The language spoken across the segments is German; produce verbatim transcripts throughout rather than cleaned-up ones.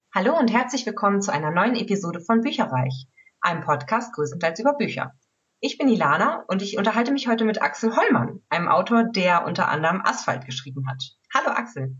Hallo und herzlich willkommen zu einer neuen Episode von Bücherreich, einem Podcast größtenteils über Bücher. Ich bin Ilana und ich unterhalte mich heute mit Axel Hollmann, einem Autor, der unter anderem Asphalt geschrieben hat. Hallo Axel.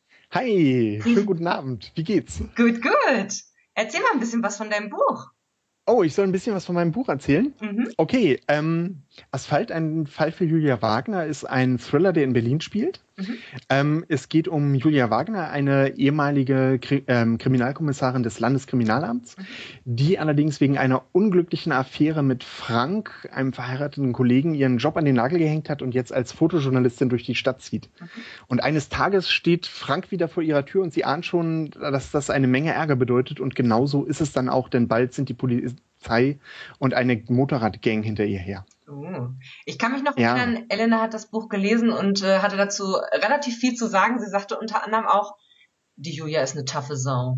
Hi, schönen guten Abend. Wie geht's? Gut, gut. Erzähl mal ein bisschen was von deinem Buch. Oh, ich soll ein bisschen was von meinem Buch erzählen? Mhm. Okay, ähm, Asphalt, ein Fall für Julia Wagner, ist ein Thriller, der in Berlin spielt. Mhm. Ähm, es geht um Julia Wagner, eine ehemalige Kri ähm, Kriminalkommissarin des Landeskriminalamts, Mhm. die allerdings wegen einer unglücklichen Affäre mit Frank, einem verheirateten Kollegen, ihren Job an den Nagel gehängt hat und jetzt als Fotojournalistin durch die Stadt zieht. Mhm. Und eines Tages steht Frank wieder vor ihrer Tür und sie ahnt schon, dass das eine Menge Ärger bedeutet. Und genauso ist es dann auch, denn bald sind die Polizei und eine Motorradgang hinter ihr her. Oh. Ich kann mich noch Ja. erinnern, Elena hat das Buch gelesen und äh, hatte dazu relativ viel zu sagen. Sie sagte unter anderem auch, die Julia ist eine taffe Sau.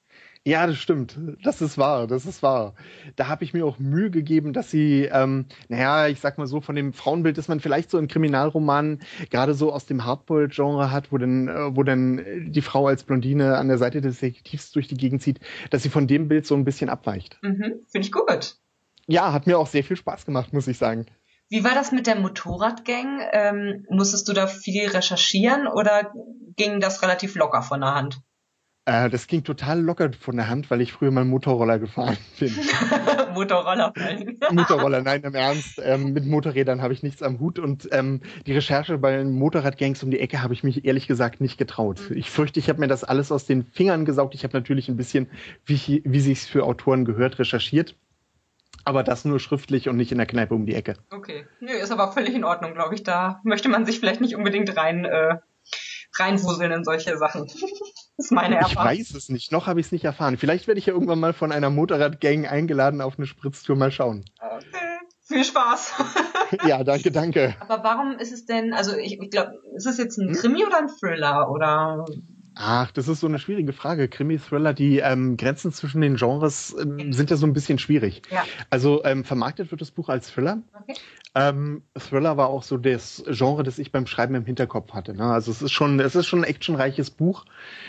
Ja, das stimmt. Das ist wahr, das ist wahr. Da habe ich mir auch Mühe gegeben, dass sie, ähm, naja, ich sag mal so, von dem Frauenbild, das man vielleicht so in Kriminalromanen gerade so aus dem Hardboiled-Genre hat, wo dann, äh, wo dann die Frau als Blondine an der Seite des Detektivs durch die Gegend zieht, dass sie von dem Bild so ein bisschen abweicht. Mhm. Finde ich gut. Ja, hat mir auch sehr viel Spaß gemacht, muss ich sagen. Wie war das mit der Motorradgang? Ähm, musstest du da viel recherchieren oder ging das relativ locker von der Hand? Äh, das ging total locker von der Hand, weil ich früher mal Motorroller gefahren bin. Motorroller vor allem. Motorroller, nein, im Ernst. Ähm, mit Motorrädern habe ich nichts am Hut und ähm, die Recherche bei den Motorradgangs um die Ecke habe ich mich ehrlich gesagt nicht getraut. Mhm. Ich fürchte, ich habe mir das alles aus den Fingern gesaugt. Ich habe natürlich ein bisschen, wie, wie sich's für Autoren gehört, recherchiert. Aber das nur schriftlich und nicht in der Kneipe um die Ecke. Okay. Nö, ist aber völlig in Ordnung, glaube ich. Da möchte man sich vielleicht nicht unbedingt rein äh, reinwuseln in solche Sachen. Das ist meine Ich Erfahrung. weiß es nicht. Noch habe ich es nicht erfahren. Vielleicht werde ich ja irgendwann mal von einer Motorradgang eingeladen auf eine Spritztour. Mal schauen. Okay. Viel Spaß. Ja, danke, danke. Aber warum ist es denn, also ich, ich glaube, ist es jetzt ein Hm? Krimi oder ein Thriller oder? Ach, das ist so eine schwierige Frage. Krimi-Thriller, die ähm, Grenzen zwischen den Genres ähm, sind ja so ein bisschen schwierig. Ja. Also ähm, vermarktet wird das Buch als Thriller. Okay. Ähm, Thriller war auch so das Genre, das ich beim Schreiben im Hinterkopf hatte. Ne? Also es ist schon, es ist schon ein actionreiches Buch,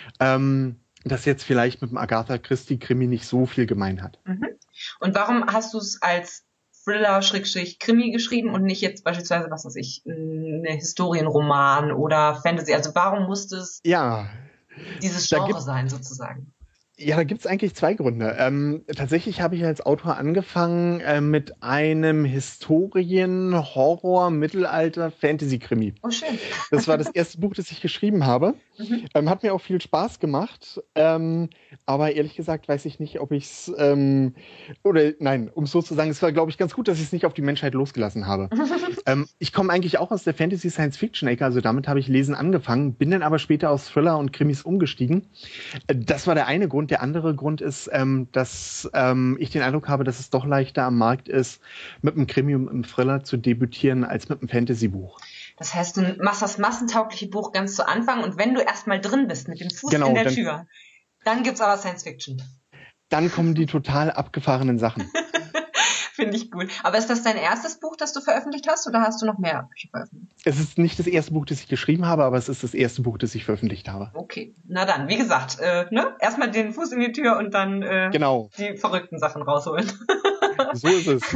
ähm, das jetzt vielleicht mit dem Agatha Christie-Krimi nicht so viel gemein hat. Mhm. Und warum hast du es als Thriller-Krimi geschrieben und nicht jetzt beispielsweise, was weiß ich, eine Historienroman oder Fantasy? Also warum musste es Ja, dieses da Genre gibt sein sozusagen? Ja, da gibt's eigentlich zwei Gründe. Ähm, tatsächlich habe ich als Autor angefangen äh, mit einem Historien-, Horror-, Mittelalter-, Fantasy-Krimi. Oh, schön. Das war das erste Buch, das ich geschrieben habe. Mhm. Ähm, hat mir auch viel Spaß gemacht. Ähm, aber ehrlich gesagt weiß ich nicht, ob ich's ähm, oder nein, um es so zu sagen, es war, glaube ich, ganz gut, dass ich es nicht auf die Menschheit losgelassen habe. Ähm, ich komme eigentlich auch aus der Fantasy-Science-Fiction-Ecke, also damit habe ich Lesen angefangen, bin dann aber später aus Thriller und Krimis umgestiegen. Äh, Das war der eine Grund. Der andere Grund ist, ähm, dass ähm, ich den Eindruck habe, dass es doch leichter am Markt ist, mit einem Krimi und einem Thriller zu debütieren, als mit einem Fantasy-Buch. Das heißt, du machst das massentaugliche Buch ganz zu Anfang und wenn du erstmal drin bist mit dem Fuß in Genau, der dann, Tür, dann gibt's aber Science Fiction. dann kommen die total abgefahrenen Sachen. Finde ich gut. Aber ist das dein erstes Buch, das du veröffentlicht hast oder hast du noch mehr Bücher veröffentlicht? Es ist nicht das erste Buch, das ich geschrieben habe, aber es ist das erste Buch, das ich veröffentlicht habe. Okay, na dann, wie gesagt, äh, ne? Erstmal den Fuß in die Tür und dann äh, Genau, die verrückten Sachen rausholen. so ist es.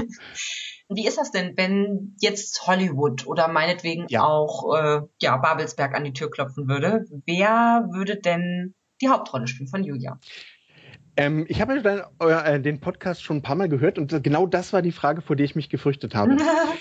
Wie ist das denn, wenn jetzt Hollywood oder meinetwegen Ja. auch äh, ja, Babelsberg an die Tür klopfen würde? Wer würde denn die Hauptrolle spielen von Julia? Ähm, ich habe ja dann, euer, äh, den Podcast schon ein paar Mal gehört und genau das war die Frage, vor der ich mich gefürchtet habe.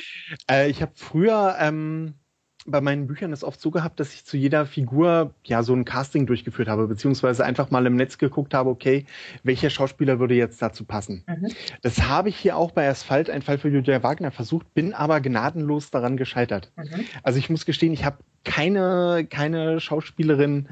Äh, ich habe früher ähm, bei meinen Büchern es oft so gehabt, dass ich zu jeder Figur ja so ein Casting durchgeführt habe, beziehungsweise einfach mal im Netz geguckt habe, okay, welcher Schauspieler würde jetzt dazu passen. Mhm. Das habe ich hier auch bei Asphalt, ein Fall für Julia Wagner, versucht, bin aber gnadenlos daran gescheitert. Mhm. Also ich muss gestehen, ich habe keine, keine Schauspielerin,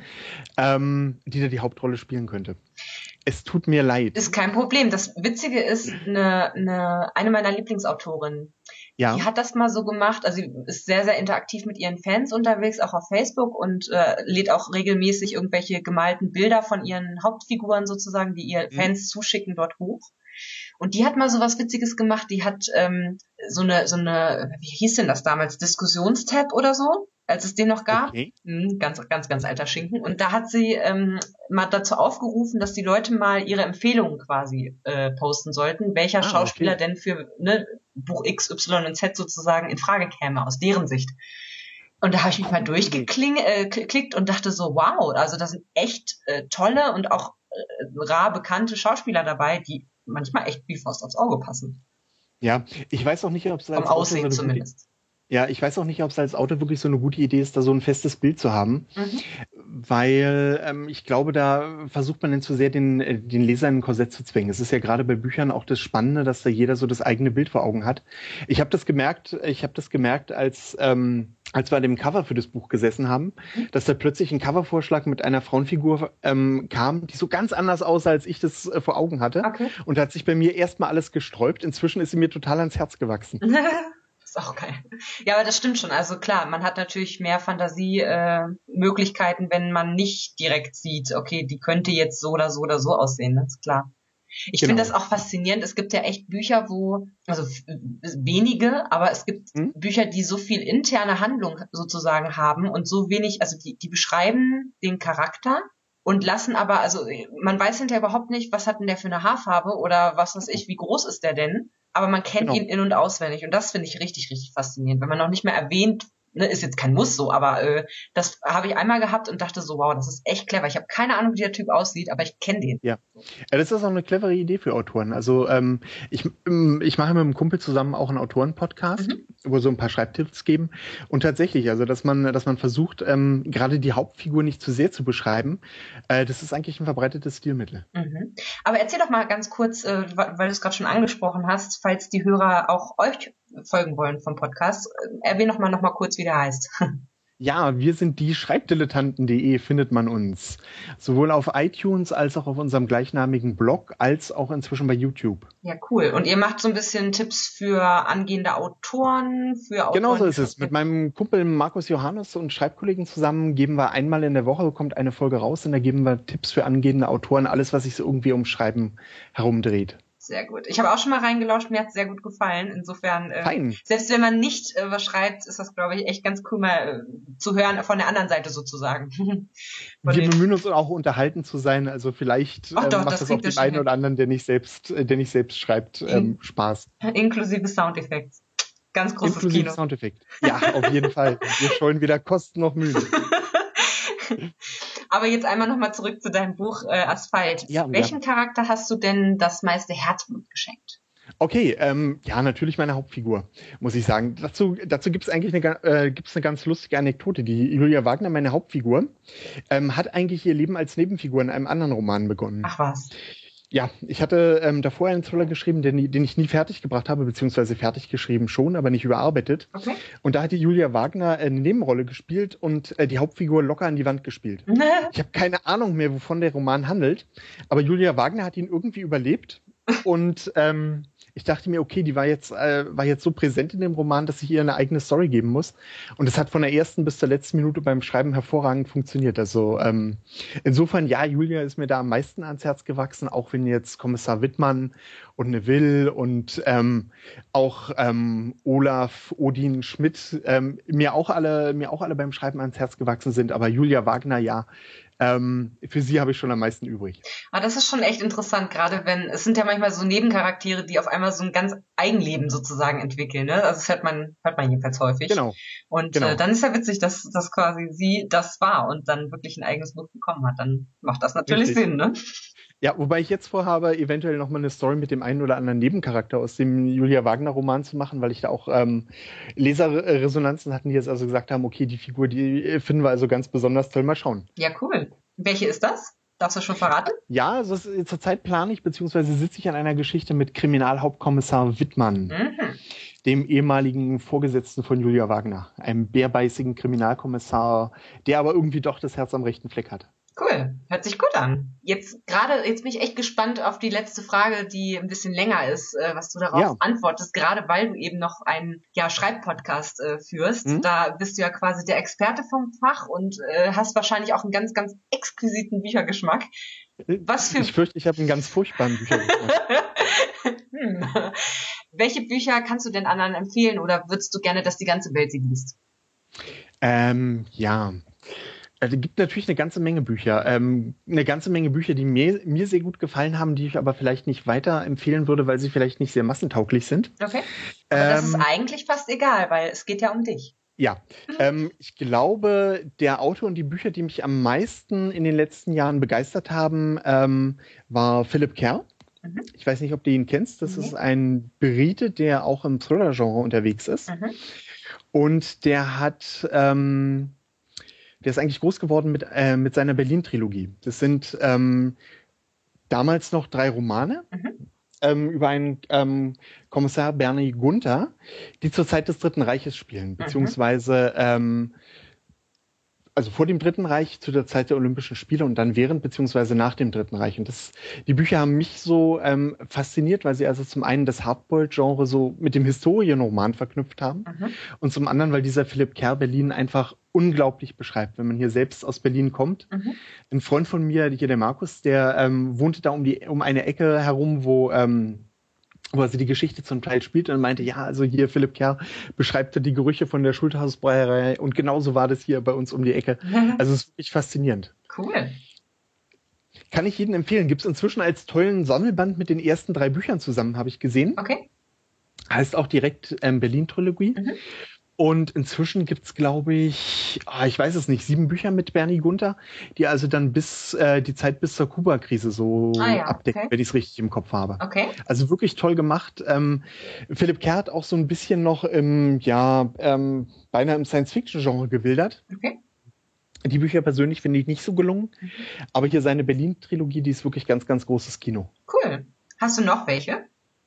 ähm, die da die Hauptrolle spielen könnte. Es tut mir leid. Ist kein Problem. Das Witzige ist, eine, eine, eine meiner Lieblingsautorinnen, Ja, die hat das mal so gemacht, also sie ist sehr, sehr interaktiv mit ihren Fans unterwegs, auch auf Facebook und äh, lädt auch regelmäßig irgendwelche gemalten Bilder von ihren Hauptfiguren sozusagen, die ihr hm? Fans zuschicken, dort hoch. Und die hat mal so was Witziges gemacht, die hat ähm, so eine, so eine, wie hieß denn das damals, Diskussionstab oder so als es den noch gab. Okay. Mhm, ganz, ganz, ganz alter Schinken. Und da hat sie ähm, mal dazu aufgerufen, dass die Leute mal ihre Empfehlungen quasi äh, posten sollten, welcher Ah, Schauspieler okay. denn für ne, Buch X, Y und Z sozusagen in Frage käme, aus deren Sicht. Und da habe ich mich mal Coole Idee. durchgeklickt und dachte so, wow, also da sind echt äh, tolle und auch äh, rar bekannte Schauspieler dabei, die manchmal echt wie Faust aufs Auge passen. Ja, ich weiß auch nicht, ob es Vom als Autor so Aussehen eine gute, zumindest. ja, ich weiß auch nicht, ob es als Autor wirklich so eine gute Idee ist, da so ein festes Bild zu haben, Mhm. weil ähm, ich glaube, da versucht man dann zu sehr den, äh, den Leser in ein Korsett zu zwingen. Es ist ja gerade bei Büchern auch das Spannende, dass da jeder so das eigene Bild vor Augen hat. Ich habe das gemerkt, ich habe das gemerkt, als ähm, als wir an dem Cover für das Buch gesessen haben, dass da plötzlich ein Covervorschlag mit einer Frauenfigur ähm, kam, die so ganz anders aussah, als ich das äh, vor Augen hatte. Okay. Und da hat sich bei mir erstmal alles gesträubt. Inzwischen ist sie mir total ans Herz gewachsen. Ist auch geil. Ja, aber das stimmt schon. Also klar, man hat natürlich mehr Fantasie-Möglichkeiten, äh, Möglichkeiten, wenn man nicht direkt sieht, okay, die könnte jetzt so oder so oder so aussehen, das ist klar. Ich finde das Genau. auch faszinierend. Es gibt ja echt Bücher, wo, also f- wenige, aber es gibt Hm? Bücher, die so viel interne Handlung sozusagen haben und so wenig, also die, die beschreiben den Charakter und lassen aber, also man weiß hinterher überhaupt nicht, was hat denn der für eine Haarfarbe oder was weiß ich, wie groß ist der denn? Aber man kennt Genau. ihn in- und auswendig und das finde ich richtig, richtig faszinierend, wenn man noch nicht mehr erwähnt, ne, ist jetzt kein Muss so, aber äh, das habe ich einmal gehabt und dachte so, wow, das ist echt clever. Ich habe keine Ahnung, wie der Typ aussieht, aber ich kenne den. Ja. Ja, das ist auch eine clevere Idee für Autoren. Also ähm, ich, ähm, ich mache mit einem Kumpel zusammen auch einen Autoren-Podcast, Mhm. wo wir so ein paar Schreibtipps geben. Und tatsächlich, also dass man, dass man versucht, ähm, gerade die Hauptfigur nicht zu sehr zu beschreiben, äh, das ist eigentlich ein verbreitetes Stilmittel. Mhm. Aber erzähl doch mal ganz kurz, äh, wa- weil du es gerade schon angesprochen hast, falls die Hörer auch euch folgen wollen vom Podcast, äh, erwähn doch mal noch mal kurz, wie der heißt. Ja, wir sind die Schreibdilettanten punkt de, findet man uns. Sowohl auf iTunes als auch auf unserem gleichnamigen Blog, als auch inzwischen bei YouTube. Ja, cool. Und ihr macht so ein bisschen Tipps für angehende Autoren, für Genau Autoren, so die ist schon... es. Mit meinem Kumpel Markus Johannes und Schreibkollegen zusammen geben wir einmal in der Woche, kommt eine Folge raus und da geben wir Tipps für angehende Autoren, alles, was sich so irgendwie um Schreiben herumdreht. Sehr gut. Ich habe auch schon mal reingelauscht, mir hat es sehr gut gefallen. Insofern, äh, Fein. selbst wenn man nicht äh, was schreibt, ist das, glaube ich, echt ganz cool mal äh, zu hören von der anderen Seite sozusagen. Von Wir den... bemühen uns auch unterhalten zu sein, also vielleicht Ach ähm, doch, macht das das auch kriegt ihr dem schon einen hin. oder anderen, der nicht selbst, äh, der nicht selbst schreibt, ähm, In, Spaß. inklusive Soundeffekte. Ganz großes Inklusive Kino. Soundeffekt. Ja, auf jeden Fall. Wir scheuen weder Kosten noch Mühen. Aber jetzt einmal nochmal zurück zu deinem Buch äh, Asphalt. Ja, Welchem gerne. Charakter hast du denn das meiste Herzblut geschenkt? Okay, ähm, ja, natürlich meine Hauptfigur, muss ich sagen. Dazu, dazu gibt es eigentlich eine, ga- äh, gibt's eine ganz lustige Anekdote. Die Julia Wagner, meine Hauptfigur, ähm, hat eigentlich ihr Leben als Nebenfigur in einem anderen Roman begonnen. Ach was. Ja, ich hatte ähm, davor einen Thriller geschrieben, den, nie- den ich nie fertig gebracht habe, beziehungsweise fertig geschrieben schon, aber nicht überarbeitet. Okay. Und da hat die Julia Wagner eine Nebenrolle gespielt und äh, die Hauptfigur locker an die Wand gespielt. Ich habe keine Ahnung mehr, wovon der Roman handelt, aber Julia Wagner hat ihn irgendwie überlebt und ähm, ich dachte mir, okay, die war jetzt, äh, war jetzt so präsent in dem Roman, dass ich ihr eine eigene Story geben muss. Und es hat von der ersten bis zur letzten Minute beim Schreiben hervorragend funktioniert. Also ähm, insofern, ja, Julia ist mir da am meisten ans Herz gewachsen, auch wenn jetzt Kommissar Wittmann und Neville und ähm, auch ähm, Olaf, Odin, Schmidt ähm, mir auch alle, mir auch alle beim Schreiben ans Herz gewachsen sind. Aber Julia Wagner, ja, ähm, für sie habe ich schon am meisten übrig. Aber das ist schon echt interessant, gerade wenn, es sind ja manchmal so Nebencharaktere, die auf einmal so ein ganz Eigenleben sozusagen entwickeln, ne? Also das hört man, hört man jedenfalls häufig. Genau, Und genau. äh, dann ist ja witzig, dass, dass quasi sie das war und dann wirklich ein eigenes Buch bekommen hat. Dann macht das natürlich Richtig. Sinn, ne? Ja, wobei ich jetzt vorhabe, eventuell noch mal eine Story mit dem einen oder anderen Nebencharakter aus dem Julia Wagner-Roman zu machen, weil ich da auch ähm, Leserresonanzen hatten, die jetzt also gesagt haben, okay, die Figur, die finden wir also ganz besonders toll. Mal schauen. Ja, cool. Welche ist das? Darfst du schon verraten? Ja, also es, zurzeit plane ich, beziehungsweise sitze ich an einer Geschichte mit Kriminalhauptkommissar Wittmann, Mhm. dem ehemaligen Vorgesetzten von Julia Wagner, einem bärbeißigen Kriminalkommissar, der aber irgendwie doch das Herz am rechten Fleck hat. Cool, hört sich gut an. Jetzt gerade, jetzt bin ich echt gespannt auf die letzte Frage, die ein bisschen länger ist, äh, was du darauf Ja. antwortest, gerade weil du eben noch einen ja, Schreibpodcast äh, führst. Mhm. Da bist du ja quasi der Experte vom Fach und äh, hast wahrscheinlich auch einen ganz, ganz exquisiten Büchergeschmack. Was für Ich fürchte, ich habe einen ganz furchtbaren Büchergeschmack. hm. Welche Bücher kannst du denn anderen empfehlen oder würdest du gerne, dass die ganze Welt sie liest? Ähm, ja. Es gibt natürlich eine ganze Menge Bücher. Ähm, eine ganze Menge Bücher, die mir, mir sehr gut gefallen haben, die ich aber vielleicht nicht weiterempfehlen würde, weil sie vielleicht nicht sehr massentauglich sind. Okay. Aber das ist Ähm, eigentlich fast egal, weil es geht ja um dich. ja, ähm, ich glaube, der Autor und die Bücher, die mich am meisten in den letzten Jahren begeistert haben, ähm, war Philip Kerr. Mhm. Ich weiß nicht, ob du ihn kennst. Das Nee. ist ein Brite, der auch im Thriller-Genre unterwegs ist. Mhm. Und der hat, ähm, der ist eigentlich groß geworden mit, äh, mit seiner Berlin-Trilogie. Das sind ähm, damals noch drei Romane Mhm. ähm, über einen ähm, Kommissar Bernie Gunther, die zur Zeit des Dritten Reiches spielen, Mhm. beziehungsweise ähm, also vor dem Dritten Reich, zu der Zeit der Olympischen Spiele und dann während beziehungsweise nach dem Dritten Reich. Und das, die Bücher haben mich so ähm, fasziniert, weil sie also zum einen das Hardboiled-Genre so mit dem Historienroman verknüpft haben Mhm. und zum anderen, weil dieser Philipp Kerr Berlin einfach unglaublich beschreibt, wenn man hier selbst aus Berlin kommt. Mhm. Ein Freund von mir, hier der Markus, der ähm, wohnte da um die um eine Ecke herum, wo ähm, wo also die Geschichte zum Teil spielt und meinte, ja, also hier Philipp Kerr beschreibt ja die Gerüche von der Schulterhausbrauerei und genauso war das hier bei uns um die Ecke. Also es ist wirklich faszinierend. Cool. Kann ich jedem empfehlen. Gibt es inzwischen als tollen Sammelband mit den ersten drei Büchern zusammen, habe ich gesehen. Okay. Heißt auch direkt ähm, Berlin-Trilogie. Mhm. Und inzwischen gibt es, glaube ich, ah, ich weiß es nicht, sieben Bücher mit Bernie Gunther, die also dann bis äh, die Zeit bis zur Kuba-Krise so Ah ja, abdecken, okay. wenn ich es richtig im Kopf habe. Okay. Also wirklich toll gemacht. Ähm, Philipp Kerr hat auch so ein bisschen noch im, ja, ähm, beinahe im Science-Fiction-Genre gewildert. Okay. Die Bücher persönlich finde ich nicht so gelungen, Mhm. aber hier seine Berlin-Trilogie, die ist wirklich ganz, ganz großes Kino. Cool. Hast du noch welche?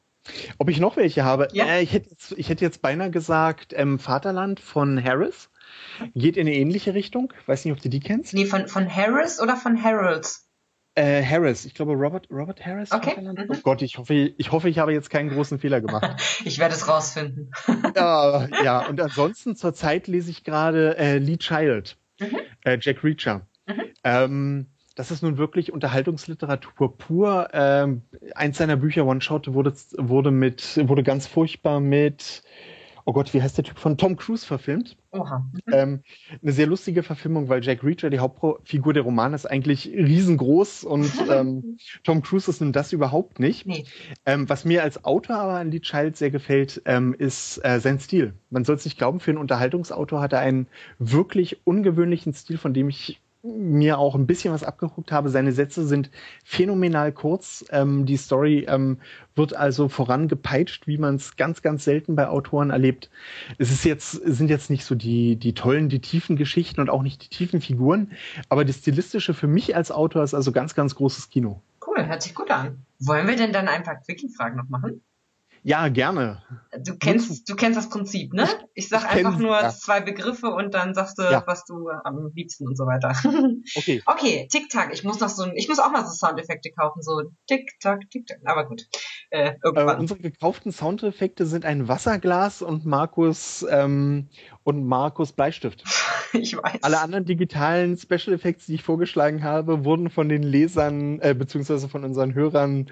Ob ich noch welche habe? Ja. Äh, ich, hätte jetzt, ich hätte jetzt beinahe gesagt, ähm, Vaterland von Harris. Geht in eine ähnliche Richtung. Weiß nicht, ob du die kennst. Nee, von, von Harris oder von Harold? Äh, Harris, ich glaube Robert, Robert Harris. Okay. Vaterland? Mhm. Oh Gott, ich hoffe, ich hoffe, ich habe jetzt keinen großen Fehler gemacht. Ich werde es rausfinden. Ja, ja, und ansonsten zurzeit lese ich gerade äh, Lee Child, Mhm. äh, Jack Reacher. Mhm. Ähm, das ist nun wirklich Unterhaltungsliteratur pur. Ähm, eins seiner Bücher, One Shot, wurde, wurde mit, wurde ganz furchtbar mit, oh Gott, wie heißt der Typ von Tom Cruise verfilmt? Oha. Mhm. Ähm, eine sehr lustige Verfilmung, weil Jack Reacher, die Hauptfigur der Romane, ist eigentlich riesengroß und ähm, Tom Cruise ist nun das überhaupt nicht. Nee. Ähm, was mir als Autor aber an Lee Child sehr gefällt, ähm, ist äh, sein Stil. Man soll es nicht glauben, für einen Unterhaltungsautor hat er einen wirklich ungewöhnlichen Stil, von dem ich mir auch ein bisschen was abgeguckt habe. Seine Sätze sind phänomenal kurz. Ähm, die Story ähm, wird also vorangepeitscht, wie man es ganz, ganz selten bei Autoren erlebt. Es ist jetzt, sind jetzt nicht so die, die tollen, die tiefen Geschichten und auch nicht die tiefen Figuren, aber das Stilistische für mich als Autor ist also ganz, ganz großes Kino. Cool, hört sich gut an. Wollen wir denn dann ein paar Quickie-Fragen noch machen? Ja, gerne. Du kennst, du kennst das Prinzip, ne? Ich sag ich einfach kenn- nur ja. zwei Begriffe und dann sagst du, Ja. was du am liebsten und so weiter. Okay. Okay, Tick-Tack. Ich muss noch so, ein- ich muss auch mal so Soundeffekte kaufen, so Tick-Tack, Tick-Tack. Aber gut, äh, Äh, irgendwann. unsere gekauften Soundeffekte sind ein Wasserglas und Markus ähm, und Markus Bleistift. Ich weiß. Alle anderen digitalen Special Effects, die ich vorgeschlagen habe, wurden von den Lesern äh, beziehungsweise von unseren Hörern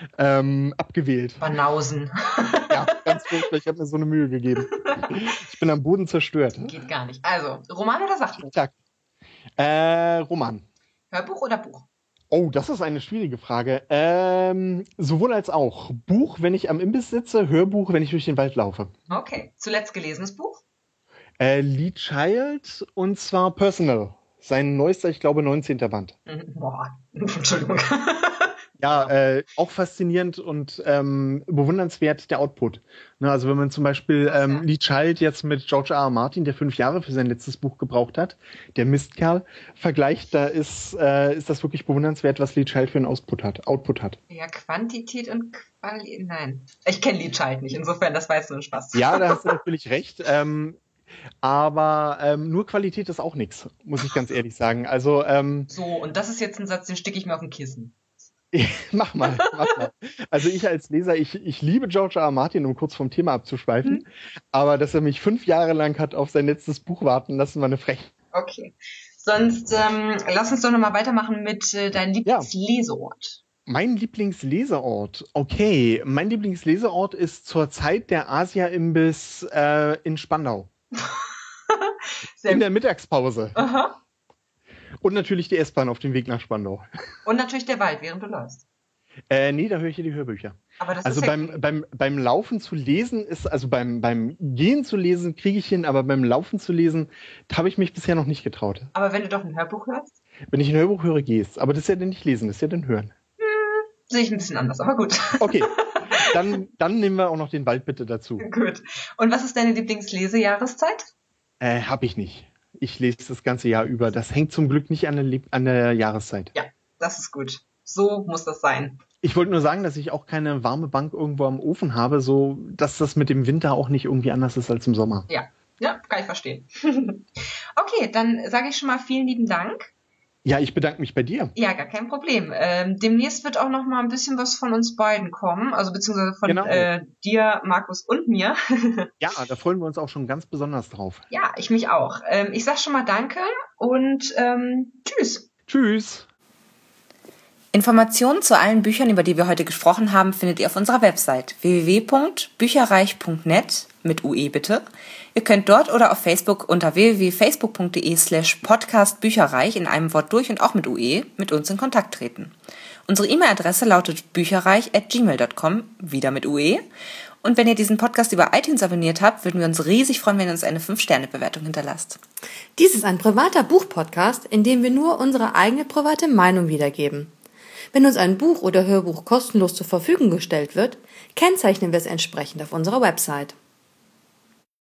ähm, abgewählt. Banausen. Ja, ganz furchtbar. Ich habe mir so eine Mühe gegeben. Ich bin am Boden zerstört. Geht gar nicht. Also, Roman oder Sachbuch? Tag. Äh, Roman. Hörbuch oder Buch? Oh, das ist eine schwierige Frage. Ähm, sowohl als auch. Buch, wenn ich am Imbiss sitze, Hörbuch, wenn ich durch den Wald laufe. Okay. Zuletzt gelesenes Buch? Äh, Lee Child und zwar Personal. Sein neuester, ich glaube, neunzehnter Band. Mhm. Boah, Entschuldigung. Ja, äh, auch faszinierend und ähm, bewundernswert der Output. Ne, also wenn man zum Beispiel ähm, Lee Child jetzt mit George R. R. Martin, der fünf Jahre für sein letztes Buch gebraucht hat, der Mistkerl, vergleicht, da ist, äh, ist das wirklich bewundernswert, was Lee Child für einen Output hat. Output hat. Ja, Quantität und Qualität. Nein. Ich kenne Lee Child nicht, insofern, das war jetzt nur ein Spaß. Ja, da hast du natürlich recht. Ähm, aber ähm, nur Qualität ist auch nichts, muss ich ganz ehrlich sagen. Also ähm, So, und das ist jetzt ein Satz, den sticke ich mir auf ein Kissen. mach mal, mach mal. Also ich als Leser, ich, ich liebe George R. R. Martin, um kurz vom Thema abzuschweifen, Mhm. aber dass er mich fünf Jahre lang hat auf sein letztes Buch warten lassen, war eine Frechheit. Okay. Sonst ähm, lass uns doch nochmal weitermachen mit äh, deinem Lieblingsleseort. Mein Lieblingsleseort, okay, mein Lieblingsleseort ist zur Zeit der Asia-Imbiss äh, in Spandau. Sehr in der Mittagspause. Aha. Und natürlich die S-Bahn auf dem Weg nach Spandau. Und natürlich der Wald, während du läufst. Äh, nee, da höre ich ja die Hörbücher. Aber das also ist ja beim, beim, beim Laufen zu lesen ist, also beim, beim Gehen zu lesen kriege ich hin, aber beim Laufen zu lesen, da habe ich mich bisher noch nicht getraut. Aber wenn du doch ein Hörbuch hörst? Wenn ich ein Hörbuch höre, gehst. Aber das ist ja dann nicht lesen, das ist ja dann hören. Hm, sehe ich ein bisschen anders, aber gut. Okay, dann, dann nehmen wir auch noch den Wald bitte dazu. Gut. Und was ist deine Lieblingslesejahreszeit? Äh, hab ich nicht. Ich lese das ganze Jahr über. Das hängt zum Glück nicht an der, an der Jahreszeit. Ja, das ist gut. So muss das sein. Ich wollte nur sagen, dass ich auch keine warme Bank irgendwo am Ofen habe, so dass das mit dem Winter auch nicht irgendwie anders ist als im Sommer. Ja, ja, kann ich verstehen. Okay, dann sage ich schon mal vielen lieben Dank. Ja, ich bedanke mich bei dir. Ja, gar kein Problem. Ähm, demnächst wird auch noch mal ein bisschen was von uns beiden kommen, also beziehungsweise von Genau. äh, dir, Markus und mir. Ja, da freuen wir uns auch schon ganz besonders drauf. Ja, ich mich auch. Ähm, ich sag schon mal Danke und ähm, tschüss. Tschüss. Informationen zu allen Büchern, über die wir heute gesprochen haben, findet ihr auf unserer Website w w w punkt bücherreich punkt net mit U E bitte. Ihr könnt dort oder auf Facebook unter w w w punkt facebook punkt de slash podcast bücherreich in einem Wort durch und auch mit U E mit uns in Kontakt treten. Unsere E-Mail-Adresse lautet bücherreich at gmail punkt com, wieder mit U E. Und wenn ihr diesen Podcast über iTunes abonniert habt, würden wir uns riesig freuen, wenn ihr uns eine fünf Sterne Bewertung hinterlasst. Dies ist ein privater Buchpodcast, in dem wir nur unsere eigene private Meinung wiedergeben. Wenn uns ein Buch oder Hörbuch kostenlos zur Verfügung gestellt wird, kennzeichnen wir es entsprechend auf unserer Website.